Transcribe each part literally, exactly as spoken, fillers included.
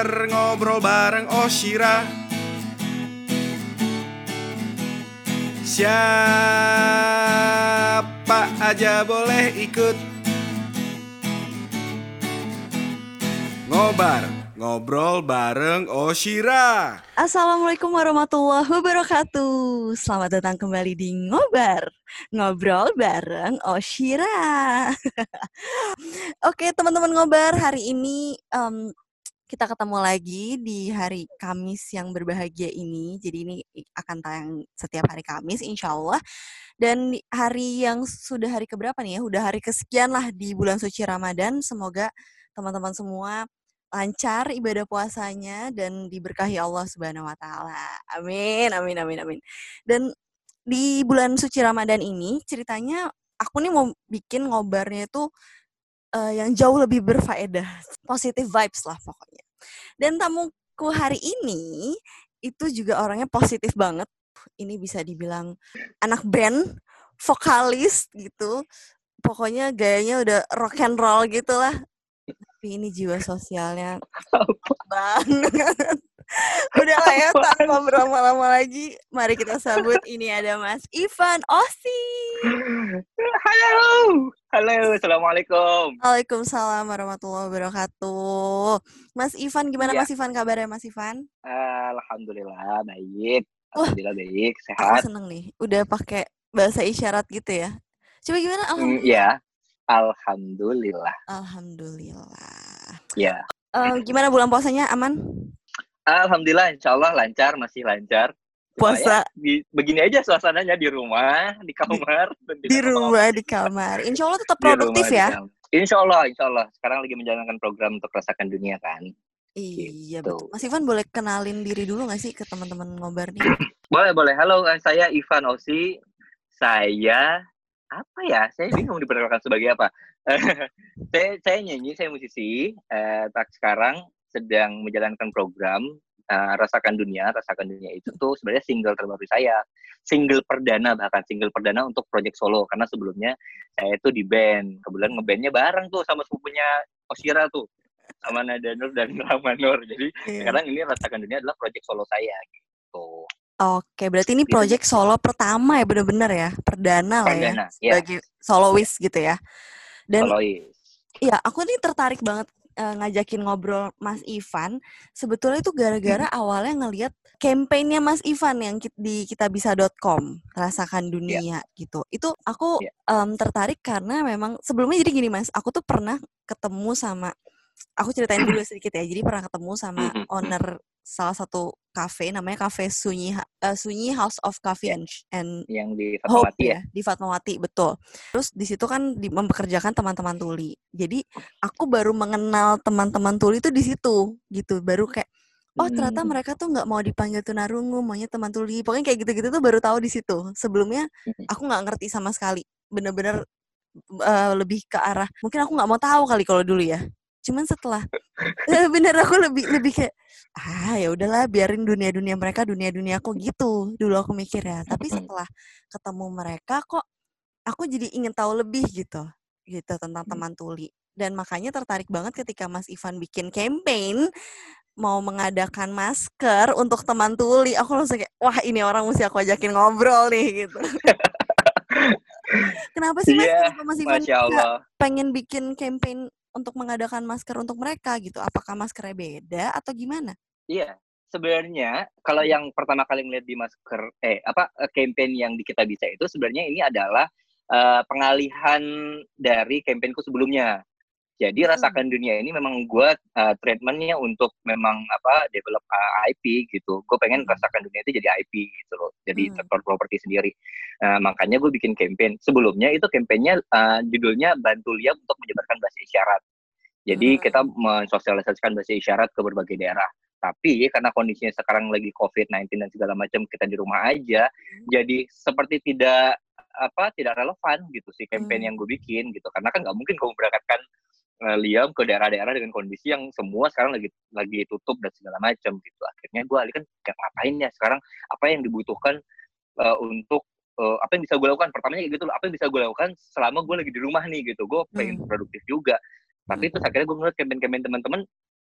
Ngobar ngobrol bareng Oshira. Siapa aja boleh ikut. Ngobar ngobrol bareng Oshira. Assalamualaikum warahmatullahi wabarakatuh. Selamat datang kembali di Ngobar Ngobrol bareng Oshira. Oke teman-teman Ngobar, hari ini um, kita ketemu lagi di hari Kamis yang berbahagia ini. Jadi ini akan tayang setiap hari Kamis insya Allah. Dan hari yang sudah hari keberapa nih ya? Udah hari kesekian lah di bulan suci Ramadan. Semoga teman-teman semua lancar ibadah puasanya dan diberkahi Allah Subhanahu wa taala. Amin, amin, amin, amin. Dan di bulan suci Ramadan ini ceritanya aku nih mau bikin ngobarnya itu uh, yang jauh lebih berfaedah, positive vibes lah pokoknya. Dan tamuku hari ini itu juga orangnya positif banget. Ini bisa dibilang anak band, vokalis gitu. Pokoknya gayanya udah rock and roll gitu lah. Tapi ini jiwa sosialnya banget. Udah lah ya, tanpa berlama-lama lagi, mari kita sambut. Ini ada Mas Ivan Osi. Halo, halo, assalamualaikum. Waalaikumsalam warahmatullahi wabarakatuh. Mas Ivan, gimana ya. Mas Ivan kabarnya Mas Ivan? Alhamdulillah baik, alhamdulillah Wah, baik, sehat. Aku seneng nih, udah pakai bahasa isyarat gitu ya. Coba gimana? Alhamdulillah. Mm, ya, alhamdulillah. Alhamdulillah. Ya. Uh, gimana bulan puasanya, aman? Alhamdulillah, insya Allah lancar, masih lancar. Puasa. Ya, di, begini aja suasananya di rumah, di kamar. Di, di rumah, di kamar. Insya Allah tetap produktif rumah, ya? Insya Allah, insya Allah. Sekarang lagi menjalankan program untuk rasakan dunia kan. Iya, gitu. betul. Mas Ivan boleh kenalin diri dulu nggak sih ke teman-teman Ngobar nih? Boleh, boleh. Halo, saya Ivan Osi. Saya, apa ya? Saya bingung diperkenalkan sebagai apa. saya, saya nyanyi, saya musisi. Eh, tak sekarang sedang menjalankan program uh, Rasakan Dunia. Rasakan Dunia itu tuh sebenarnya single terbaru saya. Single perdana, bahkan single perdana untuk project solo. Karena sebelumnya saya itu di band. Kebetulan ngebandnya bareng tuh sama sepupunya Oshira tuh. Sama Nada Nur dan Rama Nur. Jadi yeah. Sekarang ini Rasakan Dunia adalah project solo saya gitu. Oke, berarti ini project gitu. Solo pertama ya, benar-benar ya, perdana, perdana lah ya, sebagai yeah. soloist gitu ya. Dan soloist. Iya, aku nih tertarik banget uh, ngajakin ngobrol Mas Ivan. Sebetulnya itu gara-gara hmm. awalnya ngelihat campaign-nya Mas Ivan yang di kitabisa dot com, Rasakan Dunia yeah. gitu. Itu aku yeah. um, tertarik karena memang sebelumnya jadi gini Mas, aku tuh pernah ketemu sama, aku ceritain dulu sedikit ya. Jadi pernah ketemu sama owner salah satu kafe namanya Cafe Sunyi uh, Sunyi House of Coffee yeah. and, and yang di Fatmawati ya. ya di Fatmawati betul. Terus di situ kan di, mempekerjakan teman-teman tuli. Jadi aku baru mengenal teman-teman tuli itu di situ gitu. Baru kayak oh ternyata mereka tuh nggak mau dipanggil tunarungu, maunya teman tuli. Pokoknya kayak gitu-gitu tuh baru tahu di situ. Sebelumnya aku nggak ngerti sama sekali. Bener-bener uh, lebih ke arah mungkin aku nggak mau tahu kali kalau dulu ya. Cuman setelah bener aku lebih lebih kayak ah ya udahlah biarin dunia-dunia mereka dunia-dunia aku gitu dulu aku mikir ya. Tapi setelah ketemu mereka kok aku jadi ingin tahu lebih gitu gitu tentang teman tuli. Dan makanya tertarik banget ketika Mas Ivan bikin campaign mau mengadakan masker untuk teman tuli. Aku langsung kayak wah ini orang mesti aku ajakin ngobrol nih gitu. Kenapa sih Mas? Yeah, Kenapa Mas Ivan pengen bikin campaign untuk mengadakan masker untuk mereka gitu? Apakah maskernya beda atau gimana? Iya, sebenarnya kalau yang pertama kali ngeliat di masker, eh apa campaign yang di Kitabisa itu sebenarnya ini adalah uh, pengalihan dari campaignku sebelumnya. Jadi hmm. Rasakan Dunia ini memang gue uh, treatmentnya untuk memang apa develop uh, I P gitu. Gue pengen hmm. Rasakan Dunia itu jadi I P gitu loh, jadi hmm. sektor properti sendiri. Uh, makanya gue bikin campaign. Sebelumnya itu campaignnya uh, judulnya Bantu Liam untuk menyebarkan bahasa isyarat. Jadi hmm. kita mensosialisasikan bahasa isyarat ke berbagai daerah. Tapi karena kondisinya sekarang lagi covid sembilan belas dan segala macam kita di rumah aja, hmm. jadi seperti tidak apa tidak relevan gitu sih campaign hmm. yang gue bikin gitu. Karena kan nggak mungkin gue memberangkatkan uh, Liam ke daerah-daerah dengan kondisi yang semua sekarang lagi lagi tutup dan segala macam gitu. Akhirnya gue alihkan kayak ngapain ya sekarang, apa yang dibutuhkan uh, untuk uh, apa yang bisa gue lakukan. Pertamanya kayak gitu loh, apa yang bisa gue lakukan selama gue lagi di rumah nih gitu. Gue pengen hmm. produktif juga. Tapi terus akhirnya gue ngeliat campaign-campaign teman-teman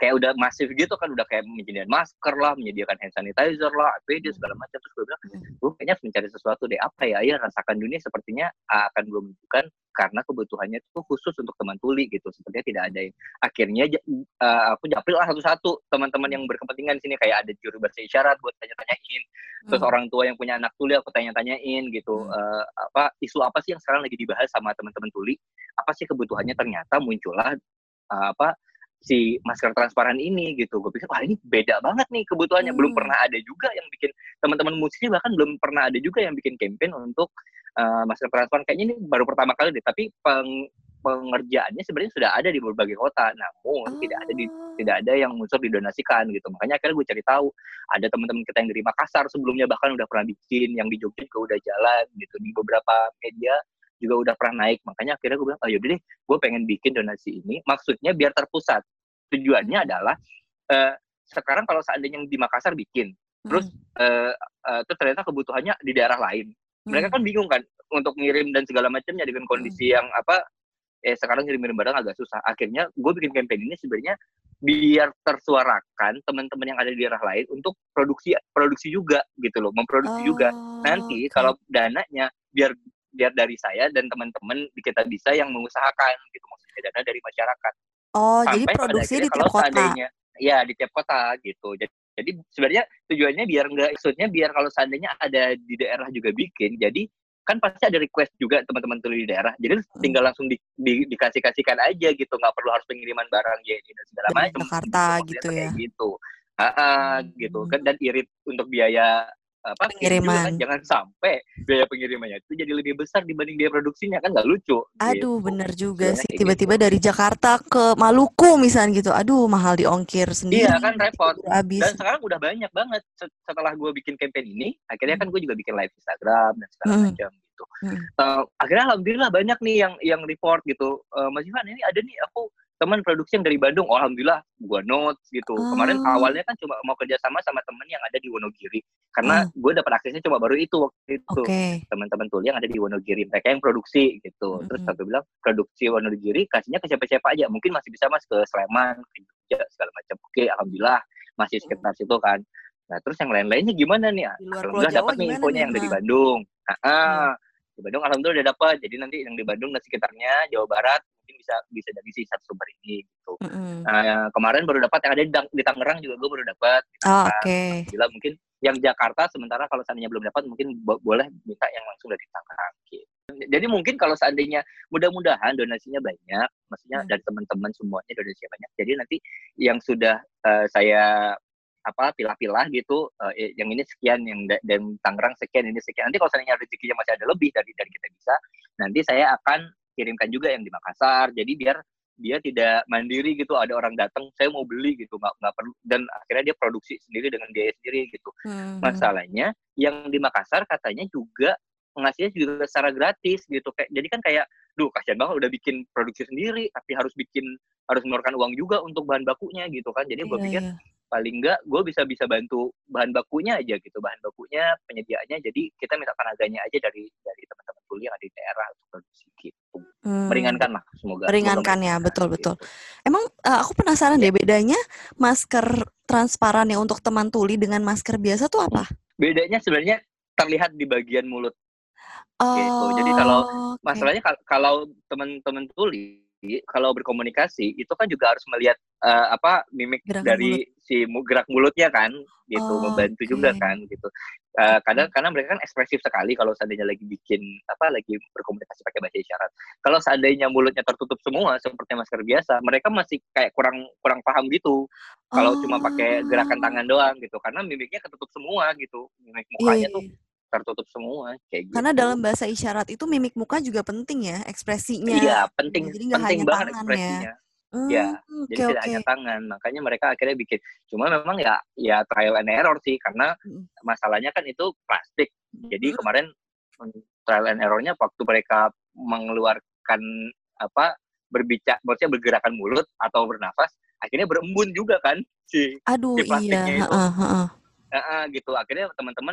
kayak udah masif gitu kan, udah kayak menyediakan masker lah, menyediakan hand sanitizer lah, A P D segala macam. Terus gue bilang, gue kayaknya harus mencari sesuatu deh, apa ya? Ya rasakan dunia sepertinya akan gue menunjukkan karena kebutuhannya itu khusus untuk teman tuli gitu. Sepertinya tidak ada yang akhirnya uh, aku japri lah satu-satu teman-teman yang berkepentingan di sini, kayak ada juru bahasa isyarat buat tanya-tanyain, terus hmm. orang tua yang punya anak tuli aku tanya-tanyain gitu, hmm. uh, apa isu apa sih yang sekarang lagi dibahas sama teman-teman tuli, apa sih kebutuhannya, ternyata muncullah uh, apa si masker transparan ini gitu. Gue pikir wah ini beda banget nih kebutuhannya, hmm. belum pernah ada juga yang bikin, teman-teman musisi bahkan belum pernah ada juga yang bikin campaign untuk uh, masker transparan. Kayaknya ini baru pertama kali deh, tapi peng, pengerjaannya sebenarnya sudah ada di berbagai kota, namun oh. tidak ada di tidak ada yang unsur didonasikan gitu. Makanya akhirnya gue cari tahu, ada teman-teman kita yang dari Makassar sebelumnya bahkan udah pernah bikin, yang di Jogja juga udah jalan gitu, di beberapa media juga udah pernah naik. Makanya akhirnya gue bilang, oh yaudah deh, gue pengen bikin donasi ini, maksudnya biar terpusat. Tujuannya hmm. adalah uh, sekarang kalau seandainya yang di Makassar bikin, hmm. terus uh, uh, terus ternyata kebutuhannya di daerah lain, hmm. mereka kan bingung kan untuk ngirim dan segala macamnya dengan kondisi hmm. yang apa, eh sekarang ngirim-ngirim barang agak susah. Akhirnya gue bikin campaign ini sebenarnya biar tersuarakan teman-teman yang ada di daerah lain untuk produksi produksi juga gitu loh, memproduksi oh, juga. Nanti okay. kalau dananya biar biar dari saya dan teman-teman kita bisa yang mengusahakan gitu, maksudnya dana dari masyarakat. Oh, sampai jadi produksi di tiap kota. Ya, di tiap kota gitu. Jadi, jadi sebenarnya tujuannya biar enggak, maksudnya biar kalau seandainya ada di daerah juga bikin, jadi kan pasti ada request juga teman-teman tuli di daerah. Jadi hmm. tinggal langsung di, di, dikasih-kasihkan aja gitu, nggak perlu harus pengiriman barang ya dan segala macam. Jakarta gitu, gitu ya. Gitu. Ah, ah, hmm. gitu kan, dan irit untuk biaya apa pengiriman, kan, jangan sampai biaya pengirimannya itu jadi lebih besar dibanding biaya produksinya, kan nggak lucu. Aduh gitu. Bener juga Sebenarnya sih, tiba-tiba gitu. Dari Jakarta ke Maluku misalnya gitu, aduh mahal di ongkir sendiri. Iya kan, repot. Abis. Dan sekarang udah banyak banget setelah gue bikin campaign ini, akhirnya kan gue juga bikin live Instagram dan segala hmm. macam gitu. Hmm. Uh, akhirnya alhamdulillah banyak nih yang yang report gitu, uh, Mas Ivan ini ada nih aku teman produksi yang dari Bandung. Oh, alhamdulillah gue notes gitu. Oh. Kemarin awalnya kan cuma mau kerjasama sama temen yang ada di Wonogiri, karena oh. gue dapat aksesnya cuma baru itu waktu itu. Okay. Teman-teman tuli yang ada di Wonogiri, mereka yang produksi gitu. Mm-hmm. Terus aku bilang produksi Wonogiri kasihnya ke siapa-siapa aja, mungkin masih bisa mas ke Sleman, ke Jogja segala macam. Oke, alhamdulillah masih sekitar mm-hmm. situ kan. Nah terus yang lain-lainnya gimana nih? Alhamdulillah dapat nih infonya yang dari Bandung. Nah, ah, di Bandung alhamdulillah udah dapat. Jadi nanti yang di Bandung dan sekitarnya, Jawa Barat mungkin bisa bisa dari si satu sumber ini gitu. Mm-hmm. Nah, kemarin baru dapat yang ada di, di Tangerang juga gue baru dapat. Oh, oke. Okay. Alhamdulillah mungkin yang Jakarta sementara kalau seandainya belum dapat mungkin bo- boleh minta yang langsung dari Tangerang gitu. Jadi mungkin kalau seandainya mudah-mudahan donasinya banyak, maksudnya hmm. dari teman-teman semuanya donasinya banyak. Jadi nanti yang sudah uh, saya apa pilah-pilah gitu, uh, yang ini sekian, yang da- dan Tangerang sekian, ini sekian. Nanti kalau seandainya rezekinya masih ada lebih dari dari kita bisa, nanti saya akan kirimkan juga yang di Makassar. Jadi biar dia tidak mandiri gitu, ada orang datang saya mau beli gitu, nggak nggak perlu, dan akhirnya dia produksi sendiri dengan biaya sendiri gitu. Hmm. Masalahnya yang di Makassar katanya juga ngasihnya juga secara gratis gitu, kayak jadi kan kayak, duh kasihan banget udah bikin produksi sendiri tapi harus bikin harus mengeluarkan uang juga untuk bahan bakunya gitu kan. Jadi gue yeah, pikir yeah. paling nggak gue bisa bisa bantu bahan bakunya aja gitu, bahan bakunya penyediaannya, jadi kita minta tenaganya aja dari dari teman-teman tuli yang ada di daerah untuk produksi gitu. Hmm. Meringankan lah, semoga. Meringankan semoga ya, betul-betul. Gitu. Emang uh, aku penasaran ya. deh, bedanya masker transparan ya untuk teman tuli dengan masker biasa tuh apa? Bedanya sebenarnya terlihat di bagian mulut. Oh, gitu. Jadi kalau okay. masalahnya kalau teman-teman tuli kalau berkomunikasi itu kan juga harus melihat uh, apa mimik Gerakan dari mulut. si gerak mulutnya kan gitu, oh, membantu okay. juga kan gitu. Uh, kadang karena mereka kan ekspresif sekali kalau seandainya lagi bikin apa lagi berkomunikasi pakai bahasa isyarat. Kalau seandainya mulutnya tertutup semua seperti masker biasa, mereka masih kayak kurang kurang paham gitu. Kalau oh. cuma pakai gerakan tangan doang gitu, karena mimiknya ketutup semua gitu, mimik mukanya yeah. tuh tertutup semua kayak gitu. Karena dalam bahasa isyarat itu mimik muka juga penting ya, ekspresinya. Iya, penting. Jadi penting banget tangan, ekspresinya. Ya, hmm, ya okay, jadi tidak okay. hanya tangan. Makanya mereka akhirnya bikin. Cuma memang ya ya trial and error sih, karena hmm. masalahnya kan itu plastik. Jadi hmm. kemarin trial and errornya waktu mereka mengeluarkan apa berbicara, maksudnya bergerakan mulut atau bernafas, akhirnya berembun juga kan si, Aduh, si plastiknya iya. itu. Uh, uh, uh. Uh, uh, gitu. Akhirnya teman-teman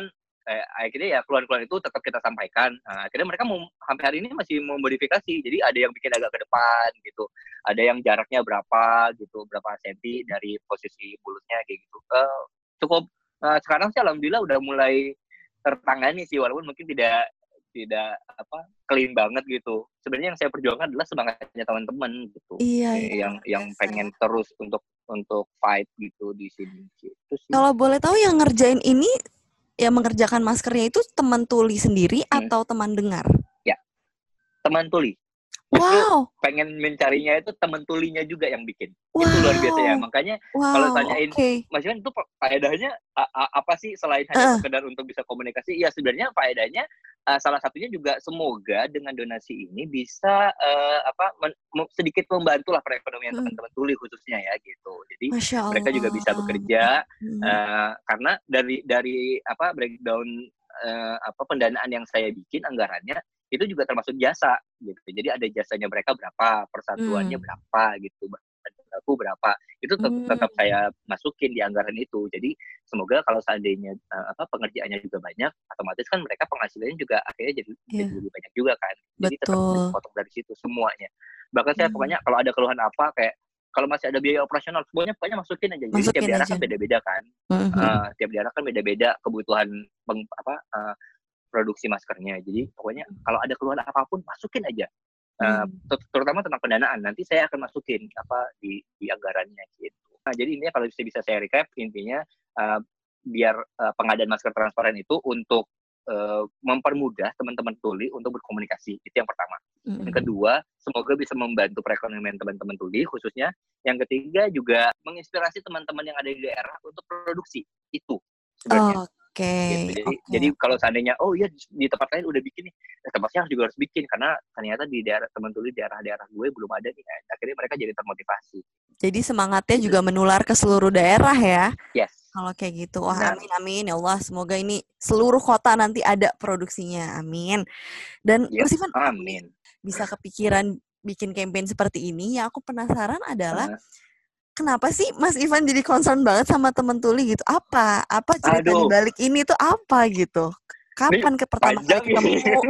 eh, akhirnya ya keluhan-keluhan itu tetap kita sampaikan. Nah, akhirnya mereka mau sampai hari ini masih mau modifikasi. Jadi ada yang bikin agak ke depan gitu, ada yang jaraknya berapa gitu, berapa senti dari posisi mulusnya kayak gitu. Uh, cukup uh, sekarang sih alhamdulillah udah mulai tertangani sih, walaupun mungkin tidak tidak apa clean banget gitu. Sebenarnya yang saya perjuangkan adalah semangatnya teman-teman gitu, Iya, eh, iya, yang luar yang biasa. pengen terus untuk untuk fight gitu di sini gitu sih. Kalau boleh tahu yang ngerjain ini, yang mengerjakan maskernya itu teman tuli sendiri Hmm. atau teman dengar? Ya, teman tuli. Justru Wow, pengen mencarinya itu teman tulinya juga yang bikin. wow, Itu luar biasa ya. Makanya kalau wow, tanyain, oke. Mas Ivan itu faedahnya a- a- apa sih selain hanya Uh, sekedar untuk bisa komunikasi? Ya sebenarnya faedahnya uh, salah satunya juga semoga dengan donasi ini bisa uh, apa men- mem- sedikit membantu lah perekonomian hmm, teman-teman tuli khususnya ya gitu. Jadi Masya mereka juga bisa Allah. bekerja Hmm, uh, karena dari dari apa breakdown uh, apa pendanaan yang saya bikin anggarannya itu juga termasuk jasa gitu. Jadi ada jasanya mereka berapa, persatuannya hmm, berapa gitu, aku berapa. Itu tetap, tetap hmm, saya masukin di anggaran itu. Jadi semoga kalau seandainya uh, apa pengerjaannya juga banyak, otomatis kan mereka penghasilannya juga akhirnya jadi iya, jadi lebih banyak juga kan. Jadi tetap betul. dipotong dari situ semuanya. Bahkan saya Hmm, pokoknya kalau ada keluhan apa kayak kalau masih ada biaya operasional semuanya pokoknya masukin aja. Jadi tiap Masukin daerah aja. kan beda-beda kan. Hmm, hmm, Uh, tiap daerah kan beda-beda kebutuhan peng, apa uh, produksi maskernya. Jadi pokoknya kalau ada keluhan apapun masukin aja. Uh, hmm. terutama tentang pendanaan nanti saya akan masukin apa di, di anggarannya gitu. Nah jadi intinya kalau bisa bisa saya recap intinya uh, biar uh, pengadaan masker transparan itu untuk uh, mempermudah teman-teman tuli untuk berkomunikasi, itu yang pertama. Hmm. Yang kedua, semoga bisa membantu perekonomian teman-teman tuli khususnya. Yang ketiga juga menginspirasi teman-teman yang ada di daerah untuk produksi itu sebenarnya. Oke, Gitu. Jadi, oke. jadi kalau seandainya, oh iya di tempat lain udah bikin nih, ya tempatnya harus juga harus bikin karena ternyata di daerah teman tuli daerah-daerah gue belum ada nih. Kan. Akhirnya mereka jadi termotivasi. Jadi semangatnya Gitu. juga menular ke seluruh daerah ya. Yes. Kalau kayak gitu, wah Benar. amin amin ya Allah, semoga ini seluruh kota nanti ada produksinya, amin. Dan Yep. Mas Ivan, Amin. bisa kepikiran bikin campaign seperti ini, yang aku penasaran adalah Uh. kenapa sih Mas Ivan jadi concern banget sama temen tuli gitu? Apa? Apa cerita di Aduh. balik ini tuh apa gitu? Kapan ke pertama kali ketemu?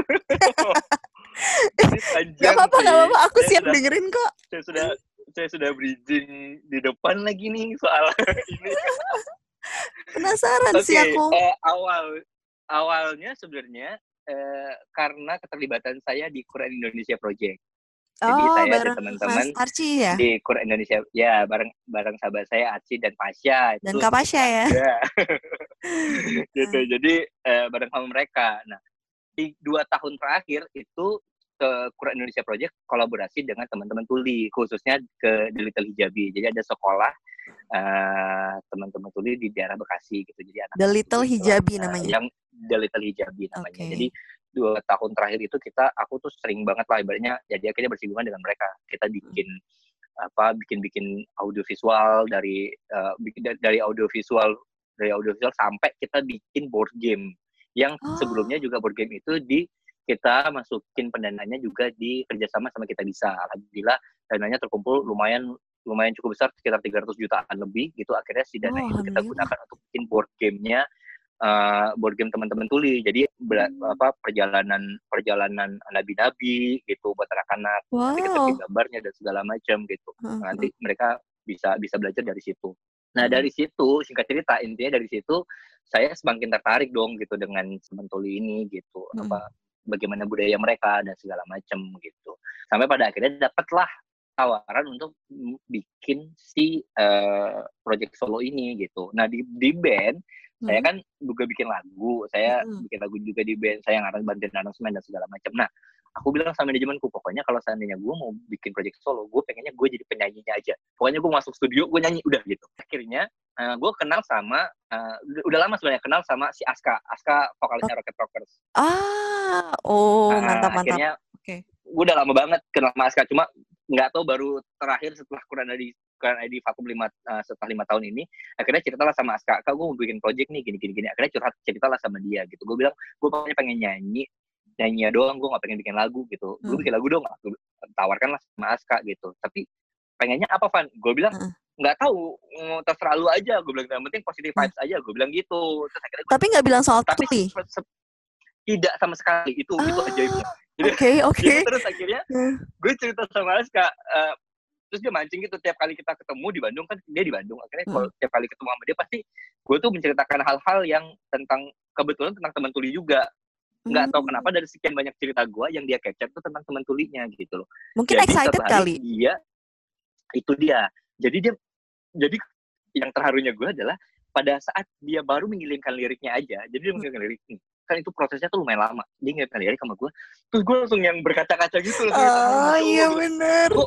Gak apa-apa, gak apa-apa. Aku siap sudah, dengerin kok. Saya sudah saya sudah bridging di depan lagi nih soal ini. Penasaran okay, sih aku. Uh, awal awalnya sebenarnya uh, karena keterlibatan saya di Quran Indonesia Project. Jadi Oh, saya bareng dan teman-teman Mas Arci ya? di Quran Indonesia, ya bareng bareng sahabat saya Arci dan Pasha. Dan Kak Pasha ya? Gitu, jadi eh, bareng sama mereka. Nah, di dua tahun terakhir itu ke Quran Indonesia Project kolaborasi dengan teman-teman tuli, khususnya ke The Little Hijabi. Jadi ada sekolah uh, teman-teman tuli di daerah Bekasi gitu. Jadi anak The Little Hijabi uh, namanya? Yang The Little Hijabi namanya. Okay. Jadi dua tahun terakhir itu kita, aku tuh sering banget lah ibaratnya, jadi akhirnya bersinggungan dengan mereka. Kita bikin apa, bikin-bikin audiovisual dari uh, bikin dari audiovisual dari audiovisual sampai kita bikin board game yang oh. sebelumnya juga board game itu di kita masukin pendananya juga di kerjasama sama Kita Bisa. Alhamdulillah dananya terkumpul lumayan lumayan cukup besar, sekitar tiga ratus jutaan lebih gitu. Akhirnya si dana oh, itu kita gunakan untuk bikin board game-nya. Uh, board game teman-teman tuli, jadi ber, hmm. apa perjalanan perjalanan nabi-nabi gitu buat anak-anak, wow. nanti kita bikin gambarnya dan segala macam gitu, uh-huh. nanti mereka bisa bisa belajar dari situ. Nah uh-huh. dari situ singkat cerita intinya dari situ saya semakin tertarik dong gitu dengan teman tuli ini gitu, uh-huh. apa bagaimana budaya mereka dan segala macam gitu, sampai pada akhirnya dapatlah tawaran untuk bikin si uh, project solo ini gitu. Nah di di band saya kan juga bikin lagu, saya hmm. bikin lagu juga di band, saya ngarang bantuin aransemen dan segala macam. Nah, aku bilang sama manajemenku, pokoknya kalau seandainya gue mau bikin project solo, gue pengennya gue jadi penyanyinya aja. Pokoknya gue masuk studio, gue nyanyi, udah gitu. Akhirnya, uh, gue kenal sama, uh, udah lama sebenarnya kenal sama si Aska, Aska vokalisnya Rocket Rockers. Ah, oh uh, mantap mantap. Akhirnya, oke. Okay. Gue udah lama banget kenal sama Aska, cuma nggak tahu baru terakhir setelah kurang dari kan I D vakum lima uh, setelah lima tahun ini, akhirnya ceritalah sama Aska, Kak gue mau bikin project nih gini gini gini. Akhirnya curhat ceritalah sama dia gitu. Gue bilang gue pokoknya pengen nyanyi nyanyi doang, gue nggak pengen bikin lagu gitu. Gue hmm. bikin lagu dong, aku tawarkan lah sama Aska gitu. Tapi pengennya apa Van? Gue bilang nggak tahu, mm, terserah lu aja, gue bilang, yang penting positive vibes aja, gue bilang gitu. Terus akhirnya gue, Tapi nggak bilang soal tapi Tuli? se- se- tidak sama sekali, itu itu Ah, ajaibnya. Jadi, oke, oke. jadi terus akhirnya gue cerita sama Aska, uh, terus dia mancing gitu, tiap kali kita ketemu di Bandung, kan dia di Bandung, akhirnya kalau Mm. tiap kali ketemu sama dia pasti gue tuh menceritakan hal-hal yang tentang, kebetulan tentang teman tuli juga. Nggak tahu kenapa dari sekian banyak cerita gue yang dia capture tuh tentang teman tulinya gitu loh. Mungkin Jadi excited satu hari kali. dia, itu dia. Jadi dia, jadi yang terharunya gue adalah pada saat dia baru mengirimkan liriknya aja. Jadi dia mengirimkan lirik nih. Kan itu prosesnya tuh lumayan lama. Dia ngirimkan lirik sama gue. Terus gue langsung yang berkaca-kaca gitu. Langsung Oh terharu, iya gitu. bener. Kok,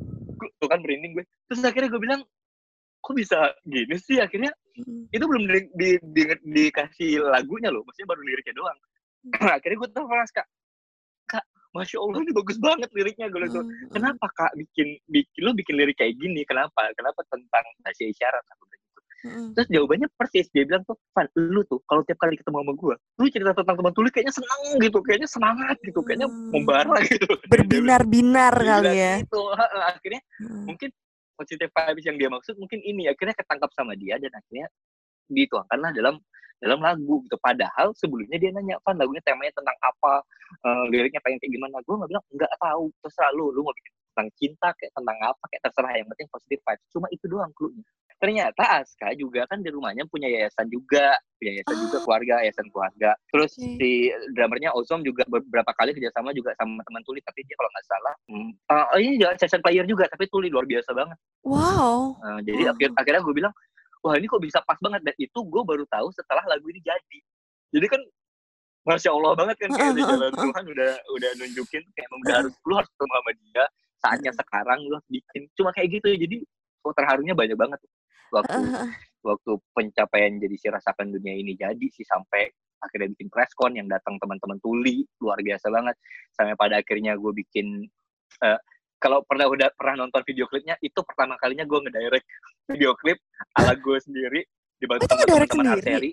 tuh kan merinding gue. Terus akhirnya gue bilang, kok bisa gini sih? Akhirnya itu belum di, di, di, dikasih lagunya loh. Maksudnya baru liriknya doang. Akhirnya gue telepon Kak, Kak, Masya Allah ini bagus banget liriknya. Gue bilang, kenapa Kak bikin, bikin lu bikin lirik kayak gini? Kenapa? Kenapa tentang bahasa isyarat? Aku bilang gitu. Terus jawabannya persis. Dia bilang tuh, Van, lu tuh kalau tiap kali ketemu sama gue, lu cerita tentang teman tuli kayaknya seneng gitu, kayaknya semangat gitu, kayaknya membara gitu. Berbinar-binar kali ya. Gitu. Akhirnya mungkin positive vibes yang dia maksud mungkin ini akhirnya ketangkap sama dia dan akhirnya dituangkanlah dalam dalam lagu gitu. Padahal sebelumnya dia nanya, Van, lagunya temanya tentang apa, uh, liriknya pengen kayak gimana. Gue nggak bilang, nggak tahu, terserah lu, lu mau bikin tentang cinta kayak tentang apa kayak terserah, yang penting positive vibes. Cuma itu doang cluenya. Ternyata Aska juga kan di rumahnya punya yayasan juga, punya yayasan ah. juga keluarga, yayasan keluarga. Terus okay. si drummernya Ozom juga beberapa kali kerjasama juga sama teman tuli, tapi dia kalau nggak salah, hmm, uh, ini juga session player juga, tapi tuli luar biasa banget. Wow. Uh, jadi wow. akhir, akhirnya gue bilang, wah ini kok bisa pas banget, dan itu gue baru tahu setelah lagu ini jadi. Jadi kan Masya Allah banget kan, kayak udah jalan Tuhan udah udah nunjukin kayak emang udah harus lu harus ketemu sama dia, saatnya sekarang lu harus bikin. Cuma kayak gitu. Jadi oh, terharunya banyak banget waktu waktu pencapaian jadi si Rasakan Dunia ini jadi sih, sampai akhirnya bikin press con yang datang teman-teman tuli luar biasa banget, sampai pada akhirnya gue bikin uh, kalau pernah udah pernah nonton video klipnya, itu pertama kalinya gue ngedirect video klip ala gue sendiri dibantu sama teman-teman Arseri.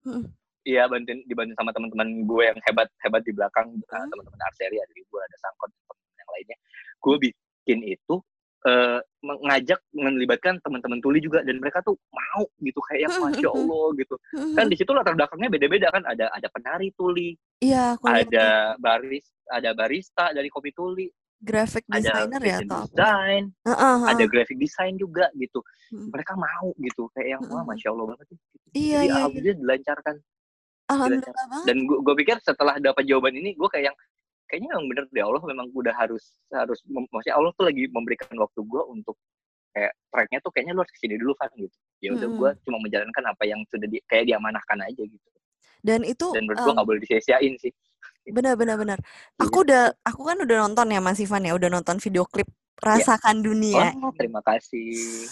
Iya, bantuin dibantu sama teman-teman gue yang hebat hebat di belakang, uh, teman-teman Arseri, ada gue, ada Sangkot, teman-teman yang lainnya. Gue bikin itu uh, mengajak melibatkan teman-teman tuli juga, dan mereka tuh mau gitu, kayak Masya Allah gitu. Kan di situ latar belakangnya beda-beda kan, ada ada penari tuli, iya, ada baris, ada barista dari kopi tuli, graphic designer ya atau design, uh, uh, uh. ada graphic design juga gitu. Hmm. Mereka mau gitu, kayak yang wah Masya Allah banget. Gitu. Iya, Jadi iya, alhamdulillah iya. dilancarkan. Alhamdulillah banget. Dan gue pikir setelah dapat jawaban ini, gue kayak yang kayaknya memang bener deh, Allah memang udah harus harus maksudnya Allah tuh lagi memberikan waktu gue untuk kayak tracknya tuh kayaknya lu harus kesini dulu kan gitu. Ya udah hmm. gue cuma menjalankan apa yang sudah di, kayak diamanahkan aja gitu. Dan itu dan menurut um, gue nggak boleh disia-siain sih. Benar-benar benar. Aku udah aku kan udah nonton ya Mas Ivan ya, udah nonton video klip Rasakan ya. Dunia. Oh, terima kasih.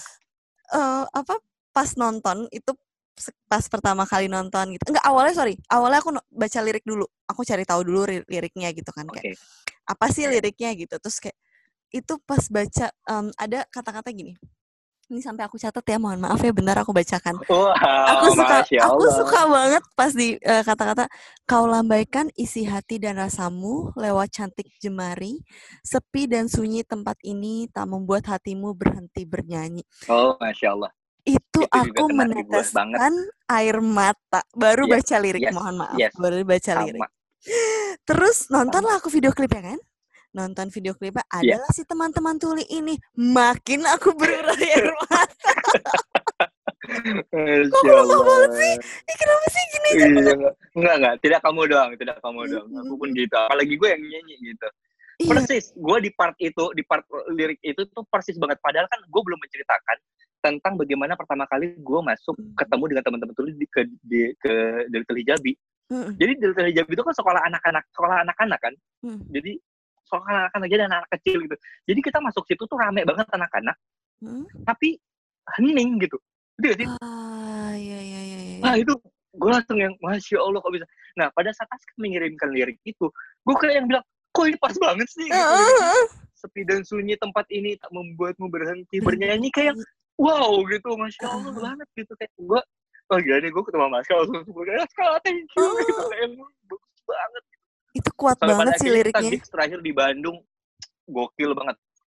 Uh, apa pas nonton itu pas pertama kali nonton gitu. Enggak, awalnya sorry. Awalnya aku baca lirik dulu. Aku cari tahu dulu liriknya gitu kan, kayak. Okay. Apa sih liriknya gitu. Terus kayak itu pas baca um, ada kata-kata gini. Ini sampai aku catat ya, mohon maaf ya, benar aku bacakan. Wow, aku suka aku suka banget pas di uh, kata-kata kau lambaikan isi hati dan rasamu lewat cantik jemari, sepi dan sunyi tempat ini tak membuat hatimu berhenti bernyanyi. Oh, Masya Allah. Itu, itu aku meneteskan air mata baru yes, baca lirik, yes, mohon maaf, yes. baru baca Sama. lirik. Terus nontonlah aku video klipnya kan. Nonton video klipnya adalah yeah. si teman-teman tuli ini, makin aku berurai air mata. Kok lemah banget sih? Ih, kenapa sih gini? Iya, enggak, enggak, enggak, tidak kamu doang, tidak kamu doang. Aku pun gitu, apalagi gue yang nyanyi gitu. Iya. Persis, gue di part itu, di part lirik itu tuh persis banget. Padahal kan gue belum menceritakan tentang bagaimana pertama kali gue masuk hmm. ketemu dengan teman-teman tuli di, ke di, ke Delitul Hijabi. Hmm. Jadi Delitul Hijabi itu kan sekolah anak-anak, sekolah anak-anak kan. Hmm. Jadi sekolah anak-anak aja dan anak kecil gitu. Jadi kita masuk situ tuh rame banget anak-anak, hmm. tapi hening gitu. Gitu sih. Ah, iya, iya, iya. Nah itu gue langsung yang Masya Allah kok bisa. Nah pada saat Aska mengirimkan lirik itu, gue kayak yang bilang, kok ini pas banget sih gitu. Uh. Sepi dan sunyi tempat ini tak membuatmu berhenti bernyanyi, kayak wow gitu, Masya Allah uh. banget gitu. Kayak gue, oh gini gue ketemu Mas Aska langsung kayak Aska thank you uh. gitu, kayak bagus banget. Itu kuat sampai banget sih liriknya. Tadi terakhir di Bandung, gokil banget.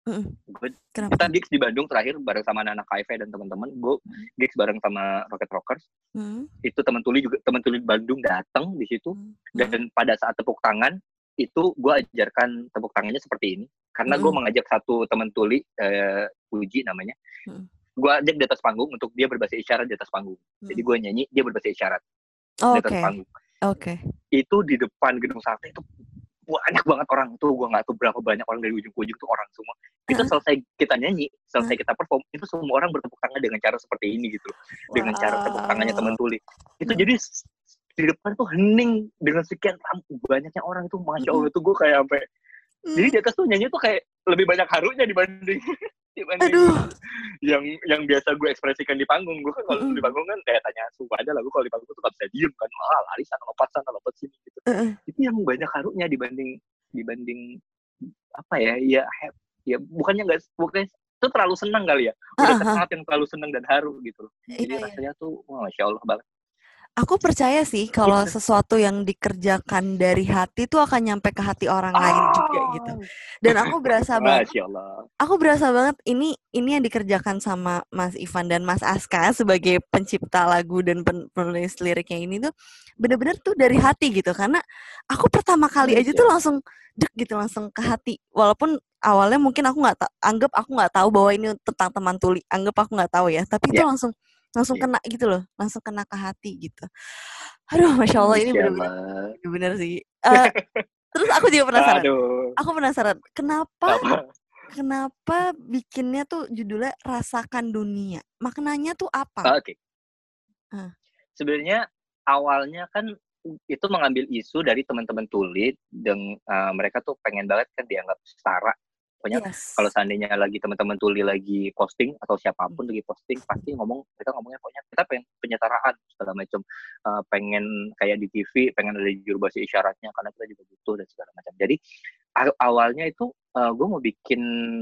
Mm-mm. Gue Kenapa kita tuh? gigs di Bandung terakhir bareng sama anak-anak K I V dan teman-teman. Gue gigs bareng sama Rocket Rockers. Mm. Itu teman tuli juga teman tuli Bandung datang di situ. Mm. Dan pada saat tepuk tangan itu gue ajarkan tepuk tangannya seperti ini. Karena gue Mm. mengajak satu teman tuli, eh, Puji namanya. Mm. Gue ajak di atas panggung untuk dia berbahasa isyarat di atas panggung. Mm. Jadi gue nyanyi, dia berbahasa isyarat Oh, di atas oke. panggung. Oke. Itu di depan gedung sate itu banyak banget orang tuh, gue nggak tahu berapa banyak orang dari ujung ke ujung tuh orang semua. Itu Uh-uh. selesai kita nyanyi, selesai Uh. kita perform, itu semua orang bertepuk tangan dengan cara seperti ini gitu, dengan cara tepuk tangannya teman Wow. tuli. Itu Mm. jadi s- di depan tuh hening dengan sekian ram- banyaknya orang tuh, masya Allah Mm-mm. tuh gue kayak sampai, jadi Mm. di atas tuh nyanyi tuh kayak lebih banyak harunya dibanding dibanding Aduh. yang yang biasa gue ekspresikan di panggung. Gue kan kalau Mm-mm. di panggung kan kayak tanya sumpah aja lah, gue kalau di panggung tuh gak bisa diem kan, ah lari sana lompat sana lompat sini gitu. Uh-uh. Itu yang banyak harunya dibanding dibanding apa ya, ya he- ya bukannya nggak, bukannya itu terlalu senang kali ya, udah ke Uh-uh. tahap yang terlalu senang dan haru gitu loh. Jadi Iya, iya. rasanya tuh wah, masya Allah banget Aku percaya sih kalau gitu. sesuatu yang dikerjakan dari hati tuh akan nyampe ke hati orang lain juga gitu. Ah, Dan aku berasa banget, masya Allah. aku berasa banget ini ini yang dikerjakan sama Mas Ivan dan Mas Aska sebagai pencipta lagu dan pen- penulis liriknya ini tuh bener-bener tuh dari hati gitu. Karena aku pertama kali aja Masya tuh Allah. langsung dek gitu, langsung ke hati. Walaupun awalnya mungkin aku nggak ta- anggap aku nggak tahu bahwa ini tentang teman tuli, anggap aku nggak tahu ya. Tapi itu Ya, langsung langsung ya. kena gitu loh, langsung kena ke hati gitu. Aduh, masya Allah ini Masya bener-bener Allah. bener-bener sih. Eh, terus aku juga penasaran. Aduh, Aku penasaran kenapa apa? kenapa bikinnya tuh judulnya Rasakan Dunia. Maknanya tuh apa? Ah, Oke. Ah. Sebenarnya awalnya kan itu mengambil isu dari teman-teman tuli, dan uh, mereka tuh pengen banget kan dianggap setara. Pokoknya Yes. kalau seandainya lagi teman-teman tuli lagi posting atau siapapun lagi posting, pasti ngomong, mereka ngomongnya pokoknya kita pengen penyetaraan segala macam, uh, pengen kayak di T V, pengen ada juru bahasa isyaratnya karena kita juga butuh dan segala macam. Jadi a- awalnya itu uh, gue mau bikin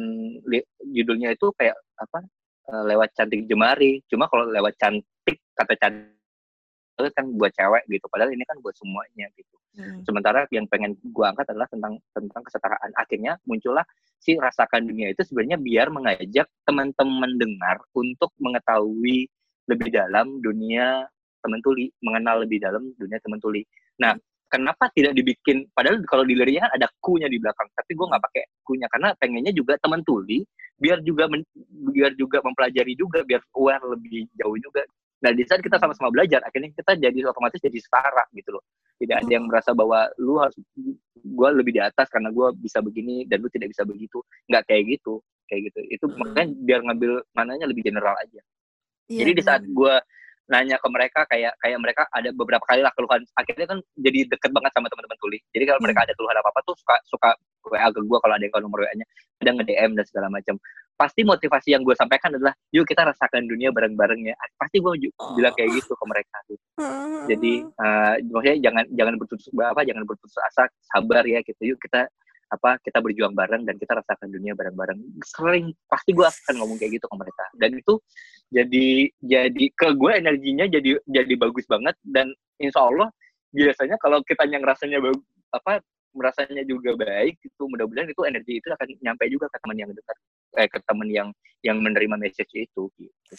li- judulnya itu kayak apa, uh, lewat cantik jemari. Cuma kalau lewat cantik, kata cantik itu kan buat cewek gitu, padahal ini kan buat semuanya gitu. Hmm. Sementara yang pengen gue angkat adalah tentang tentang kesetaraan. Akhirnya muncullah si Rasakan Dunia itu sebenarnya biar mengajak teman-teman dengar untuk mengetahui lebih dalam dunia teman tuli, mengenal lebih dalam dunia teman tuli. Nah, kenapa tidak dibikin, padahal kalau di liriknya kan ada ku-nya di belakang, tapi gue nggak pakai ku-nya karena pengennya juga teman tuli biar juga men, biar juga mempelajari juga, biar aware lebih jauh juga. Nah, di saat kita sama-sama belajar, akhirnya kita jadi otomatis jadi setara gitu loh. Tidak ada yang merasa bahwa lu harus, gue lebih di atas karena gue bisa begini dan lu tidak bisa begitu. Nggak kayak gitu, kayak gitu. Itu Hmm. makanya biar ngambil mananya lebih general aja. Iya, Jadi di saat benar. gue nanya ke mereka, kayak kayak mereka ada beberapa kali lah keluhan, akhirnya kan jadi deket banget sama teman-teman tuli. Jadi kalau Iya. mereka ada keluhan apa-apa tuh suka suka W A ke gue kalau ada yang kalau nomor W A-nya, ada nge-D M dan segala macam. Pasti motivasi yang gue sampaikan adalah, yuk kita rasakan dunia bareng-bareng ya. Pasti gue ju- bilang kayak gitu ke mereka tuh. Jadi uh, maksudnya jangan jangan berputus apa jangan berputus asa, sabar ya gitu. Yuk kita apa kita berjuang bareng dan kita rasakan dunia bareng-bareng. Sering pasti gue akan ngomong kayak gitu ke mereka. Dan itu jadi jadi ke gue energinya jadi jadi bagus banget, dan insya Allah biasanya kalau kita yang rasanya bagus, apa merasanya juga baik itu, mudah-mudahan itu energi itu akan nyampe juga ke teman yang dekat, eh, ke teman yang yang menerima message itu gitu.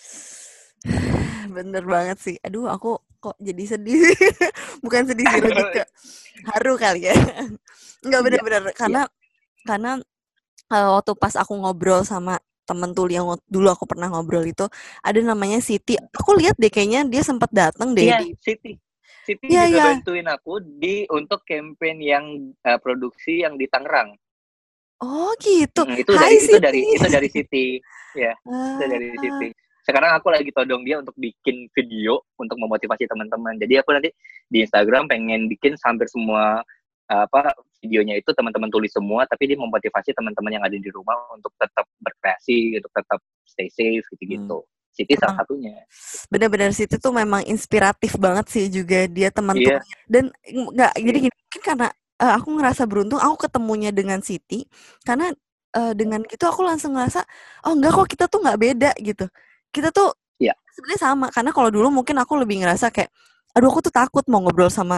Bener banget sih. Aduh, aku kok jadi sedih. Bukan sedih sih, lebih ke haru kali ya. Enggak, Iya, bener-bener karena karena uh, waktu pas aku ngobrol sama temen tuli yang dulu aku pernah ngobrol itu, ada namanya Siti. Aku lihat deh kayaknya dia sempat datang deh Iya, di. Siti. Siti Iya, juga iya. bantuin aku di untuk campaign yang uh, produksi yang di Tangerang. Oh gitu. Mm, itu Hai dari itu Siti. dari itu dari Siti. Ya, itu dari Ah, Siti. Sekarang aku lagi todong dia untuk bikin video untuk memotivasi teman-teman. Jadi aku nanti di Instagram pengen bikin hampir semua uh, apa videonya itu teman-teman tulis semua, tapi dia memotivasi teman-teman yang ada di rumah untuk tetap berkreasi, untuk tetap stay safe gitu-gitu. hmm. Siti salah Emang satunya. benar-benar Siti tuh memang inspiratif banget sih juga dia teman Iya, tuanya. Dan nggak jadi iya. gini, mungkin karena uh, aku ngerasa beruntung aku ketemunya dengan Siti karena uh, dengan gitu aku langsung ngerasa oh enggak kok kita tuh nggak beda gitu. Kita tuh Iya. sebenarnya sama, karena kalau dulu mungkin aku lebih ngerasa kayak aduh aku tuh takut mau ngobrol sama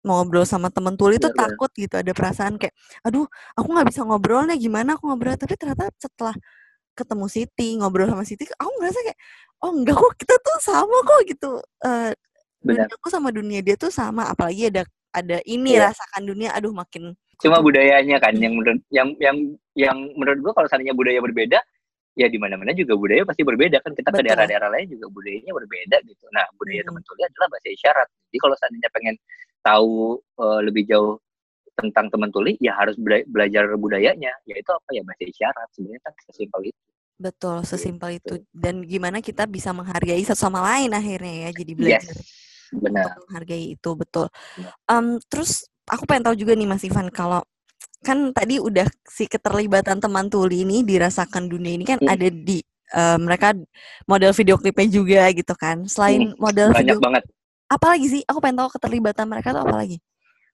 mau ngobrol sama temen tuli tuh Benar-benar. takut gitu, ada perasaan kayak, aduh aku nggak bisa ngobrol nih, gimana aku ngobrol. Tapi ternyata setelah ketemu Siti, ngobrol sama Siti, aku ngerasa kayak, oh enggak kok, kita tuh sama kok gitu. Uh, Benar. Duniaku sama dunia dia tuh sama, apalagi ada ada ini Iya. rasakan dunia, aduh makin. Cuma budayanya kan yang menurut yang yang yang menurut gua kalau seandainya budaya berbeda, ya di mana-mana juga budaya pasti berbeda kan. Kita ke Betul. daerah-daerah lain juga budayanya berbeda gitu. Nah, budaya Hmm. teman tuli adalah bahasa isyarat. Jadi kalau seandainya pengen tahu uh, lebih jauh tentang teman tuli, ya harus bela- belajar budayanya, yaitu apa ya, bahasa isyarat. Sebenarnya kan sesimpel itu. Betul, sesimpel Gitu. itu. Dan gimana kita bisa menghargai satu sama lain akhirnya ya, jadi belajar Yes, benar. untuk menghargai itu, betul. Um, terus aku pengen tahu juga nih Mas Ivan, kalau kan tadi udah si keterlibatan teman tuli ini dirasakan dunia ini kan Hmm. ada di uh, mereka model video klipnya juga gitu kan. Selain Hmm, model banyak video, banget. apa lagi sih? Aku pengen tahu keterlibatan mereka tuh apa lagi?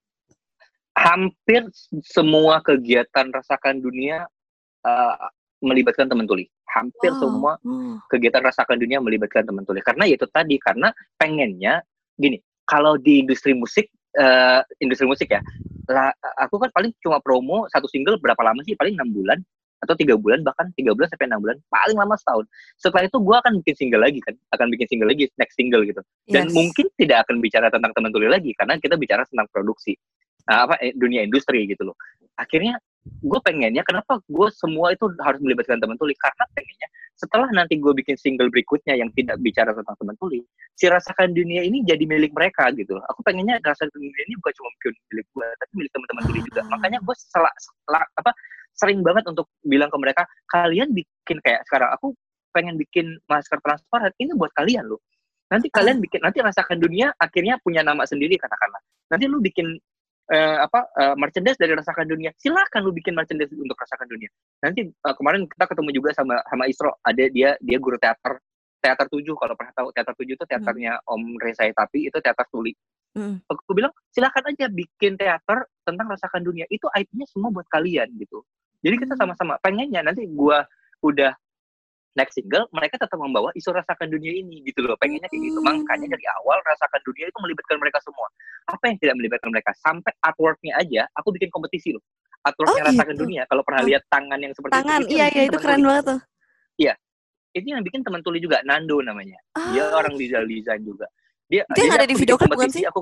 Hampir semua kegiatan rasakan dunia uh, melibatkan teman tuli. Hampir Wow. semua Hmm. kegiatan rasakan dunia melibatkan teman tuli. Karena ya itu tadi, karena pengennya gini, kalau di industri musik, uh, industri musik ya, lah, aku kan paling cuma promo satu single berapa lama sih? Paling enam bulan atau tiga bulan, bahkan tiga bulan sampai enam bulan, paling lama setahun. Setelah itu gue akan bikin single lagi kan, akan bikin single lagi, next single gitu. Dan Yes. mungkin tidak akan bicara tentang teman tuli lagi, karena kita bicara tentang produksi. Nah, apa eh, dunia industri gitu loh. Akhirnya gue pengennya kenapa gue semua itu harus melibatkan teman tuli, karena pengennya setelah nanti gue bikin single berikutnya yang tidak bicara tentang teman tuli, si rasakan dunia ini jadi milik mereka gitu loh. Aku pengennya rasakan dunia ini bukan cuma milik gue, tapi milik teman-teman tuli juga. Makanya gue sel- sel- apa sering banget untuk bilang ke mereka, kalian bikin kayak sekarang aku pengen bikin masker transparan ini buat kalian loh. Nanti kalian bikin, nanti rasakan dunia akhirnya punya nama sendiri katakanlah. Nanti lu bikin Uh, apa uh, merchandise dari rasakan dunia, silakan lu bikin merchandise untuk rasakan dunia. Nanti uh, kemarin kita ketemu juga sama sama Isro, ada dia dia guru teater teater tujuh, kalau pernah tahu teater tujuh itu teaternya hmm. Om Reza Tapi, itu teater tuli. Hmm. Aku bilang silakan aja bikin teater tentang rasakan dunia, itu I P-nya semua buat kalian gitu. Jadi kita sama-sama pengennya nanti gua udah next single, mereka tetap membawa isu rasakan dunia ini gitu loh, pengennya kayak gitu. Makanya dari awal rasakan dunia itu melibatkan mereka semua. Apa yang tidak melibatkan mereka? Sampai artwork-nya aja, aku bikin kompetisi loh. Artwork-nya oh, rasakan gitu. Dunia. Kalau pernah oh. lihat tangan yang seperti tangan, itu, iya iya itu keren banget tuh. Iya, itu yang bikin teman tuli juga, Nando namanya. Oh. Dia orang desain desain juga. Dia, dia nggak ada di video klip bukan sih? Aku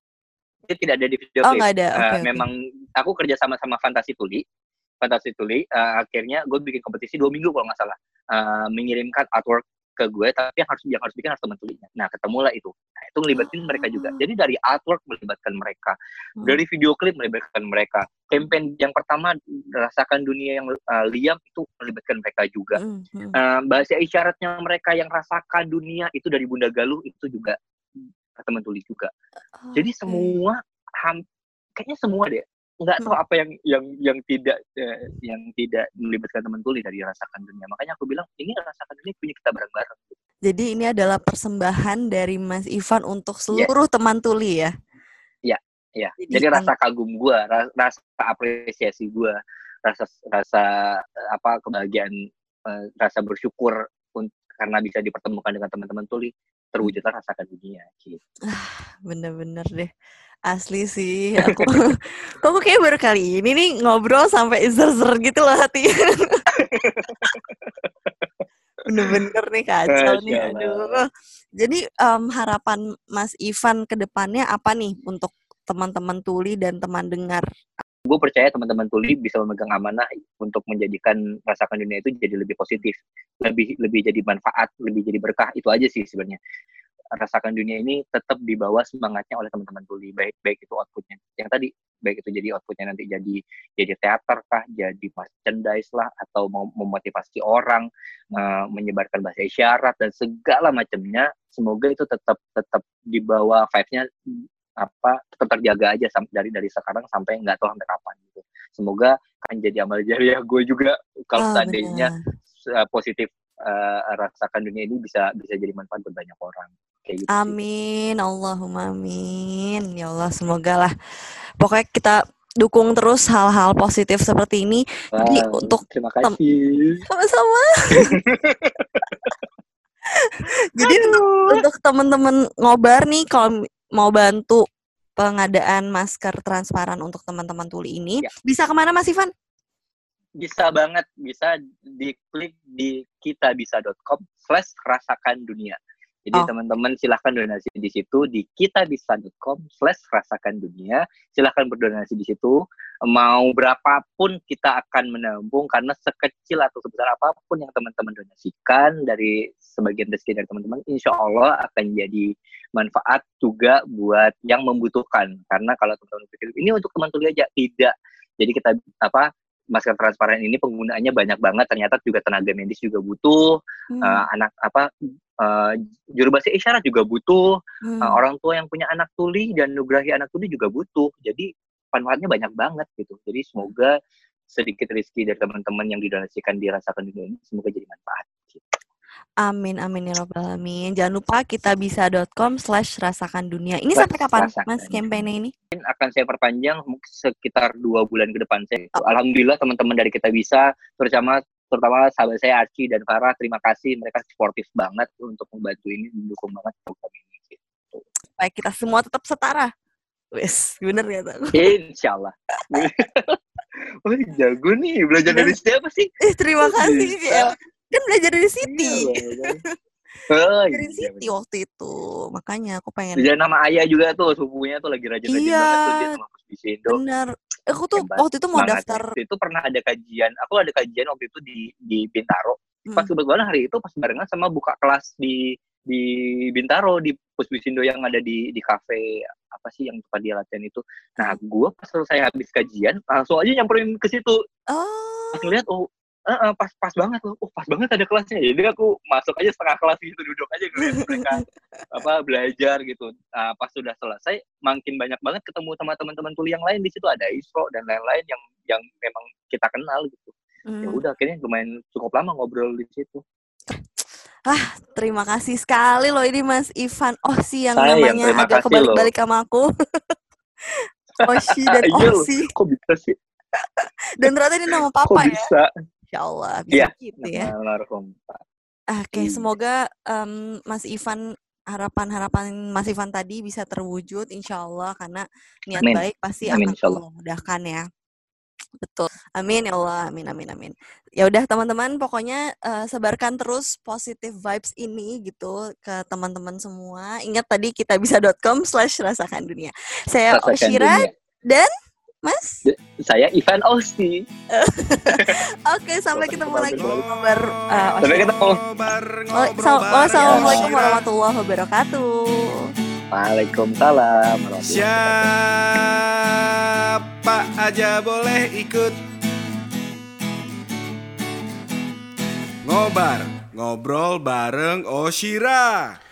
dia tidak ada di video oh, klip. Nggak ada. Okay, uh, okay. Memang aku kerja sama sama Fantasi Tuli. Fantasi Tuli, uh, akhirnya gue bikin kompetisi dua minggu kalau nggak salah, uh, mengirimkan artwork ke gue, tapi yang harus yang harus bikin harus teman tulinya. Nah, ketemulah itu. Nah, itu ngelibatin oh. mereka juga. Jadi dari artwork melibatkan mereka, hmm. dari video klip melibatkan mereka. Campaign yang pertama rasakan dunia yang uh, Liam itu melibatkan mereka juga. Hmm. Hmm. Uh, bahasa isyaratnya mereka yang rasakan dunia itu dari Bunda Galuh itu juga teman tuli juga. Oh, jadi okay. semua ham, kayaknya semua deh. Nggak tahu apa yang yang yang tidak eh, yang tidak melibatkan teman tuli dari rasakan dunia. Makanya aku bilang ini rasakan dunia punya kita bareng-bareng. Jadi ini adalah persembahan dari Mas Ivan untuk seluruh yes. teman tuli ya. Iya, iya. Jadi, Jadi rasa kagum gue, rasa apresiasi gue, rasa rasa apa kebahagiaan, rasa bersyukur karena bisa dipertemukan dengan teman-teman tuli, terwujudlah rasakan dunia. Gitu. Ah, bener-bener deh. Asli sih, aku kok aku kayak baru kali ini nih ngobrol sampai zer-zer gitu loh hati. Bener-bener nih kacau Masya nih, aduh. Jadi um, harapan Mas Ivan ke depannya apa nih untuk teman-teman tuli dan teman dengar? Gue percaya teman-teman tuli bisa memegang amanah untuk menjadikan rasakan dunia itu jadi lebih positif, lebih lebih jadi manfaat, lebih jadi berkah. Itu aja sih sebenarnya. Rasakan dunia ini tetap dibawa semangatnya oleh teman-teman tuli, baik baik itu outputnya yang tadi, baik itu jadi outputnya nanti jadi jadi teater kah, jadi merchandise lah, atau mau memotivasi orang, uh, menyebarkan bahasa isyarat dan segala macamnya. Semoga itu tetap tetap dibawa vibe-nya apa tetap terjaga aja sampai dari dari sekarang sampai nggak tahu sampai kapan gitu. Semoga kan jadi amal jariah gue juga kalau oh, seandainya uh, positif. Uh, rasakan dunia ini bisa bisa jadi manfaat buat banyak orang. Kayak gitu amin, sih. Allahumma amin. Ya Allah, semoga lah. Pokoknya kita dukung terus hal-hal positif seperti ini. Wow, jadi untuk terima kasih. Tem- sama-sama. Jadi untuk, untuk teman-teman ngobar nih, kalau mau bantu pengadaan masker transparan untuk teman-teman tuli ini, Ya. bisa kemana Mas Ivan? Bisa banget, bisa diklik di kitabisa.com slash rasakan dunia. Jadi Oh. teman-teman silahkan donasi di situ di kitabisa.com slash rasakan dunia. Silahkan berdonasi di situ. Mau berapapun kita akan menampung karena sekecil atau sebesar apapun yang teman-teman donasikan dari sebagian rezeki dari teman-teman, insya Allah akan jadi manfaat juga buat yang membutuhkan. Karena kalau teman-teman pikir ini untuk teman tuli aja, tidak. Jadi kita apa? Masker transparan ini penggunaannya banyak banget, ternyata juga tenaga medis juga butuh, Hmm. uh, anak apa uh, juru bahasa isyarat juga butuh, Hmm. uh, orang tua yang punya anak tuli dan nugrahi anak tuli juga butuh. Jadi manfaatnya banyak banget gitu. Jadi semoga sedikit rezeki dari teman-teman yang didonasikan dirasakan dunia ini semoga jadi manfaat. Gitu. Amin amin ya robbal alamin. Jangan lupa kitabisa.com slash rasakan dunia. Ini Slash sampai kapan rasakan Mas kampanye ini? Mungkin akan saya perpanjang sekitar dua bulan ke depan. Saya, alhamdulillah teman-teman dari Kita Bisa, terutama terutama sahabat saya Archie dan Farah, terima kasih, mereka suportif banget untuk membantu ini, mendukung banget program ini. Gitu. Baik, kita semua tetap setara. Wes, bener ya tuh. Insya Allah. Wah, jago nih, belajar dari siapa sih? Eh, terima Oh, kasih. bisa. Ya, kan belajar dari Siti. Iya, oh, Dari iya, Siti bener. waktu itu. Makanya aku pengen. Belajar nama ayah juga tuh, sepupunya tuh lagi rajin-rajin Iya, banget tuh dia sama Kus Bisindo. bener. Aku tuh Hebat, waktu itu mau semangatnya. daftar. Waktu itu pernah ada kajian, aku ada kajian waktu itu di di Bintaro. Pas Mm. kebetulan hari itu pas barengan sama buka kelas di di Bintaro di Pusbisindo yang ada di di kafe apa sih yang tempat dia latihan itu. Nah, gue pas selesai habis kajian langsung aja nyamperin ke situ. Oh. Pas ngeliat oh uh, uh, pas pas banget loh. Oh, pas banget ada kelasnya. Jadi aku masuk aja setengah kelas gitu, duduk aja ngeliat mereka apa belajar gitu. Nah, pas sudah selesai makin banyak banget ketemu sama teman-teman tuli yang lain di situ, ada Isro dan lain-lain yang yang memang kita kenal gitu. Mm. Ya udah akhirnya lumayan cukup lama ngobrol di situ. Ah, terima kasih sekali loh ini Mas Ivan Osi yang Saya yang namanya terima agak kasih kebalik-balik sama aku. Osi dan Iya loh, Osi. kok bisa sih? Dan ternyata ini nama Kok papa ya. bisa? Insya Allah bisa Iya, gitu ya. nama almarhum Pak. Oke, Iya. semoga em, Mas Ivan harapan-harapan Mas Ivan tadi bisa terwujud insya Allah karena niat Amin. baik pasti Amin, akan insya Allah. Allah mudahkan ya. Betul. Amin ya Allah. Amin amin amin. Ya udah teman-teman pokoknya eh, sebarkan terus positive vibes ini gitu ke teman-teman semua. Ingat tadi kitabisa.com slash rasakan dunia. Saya Rasakan Oshira dunia. dan Mas. Saya Ivan Osi. Oke, sampai ketemu lagi di Ngobrol ngobar uh, Sampai ketemu. bareng, Oh, ngobrol so- bareng Wassalamualaikum Oshira. warahmatullahi wabarakatuh. Waalaikumsalam warahmatullahi wabarakatuh. Siapa aja boleh ikut ngobar, ngobrol bareng Oshira.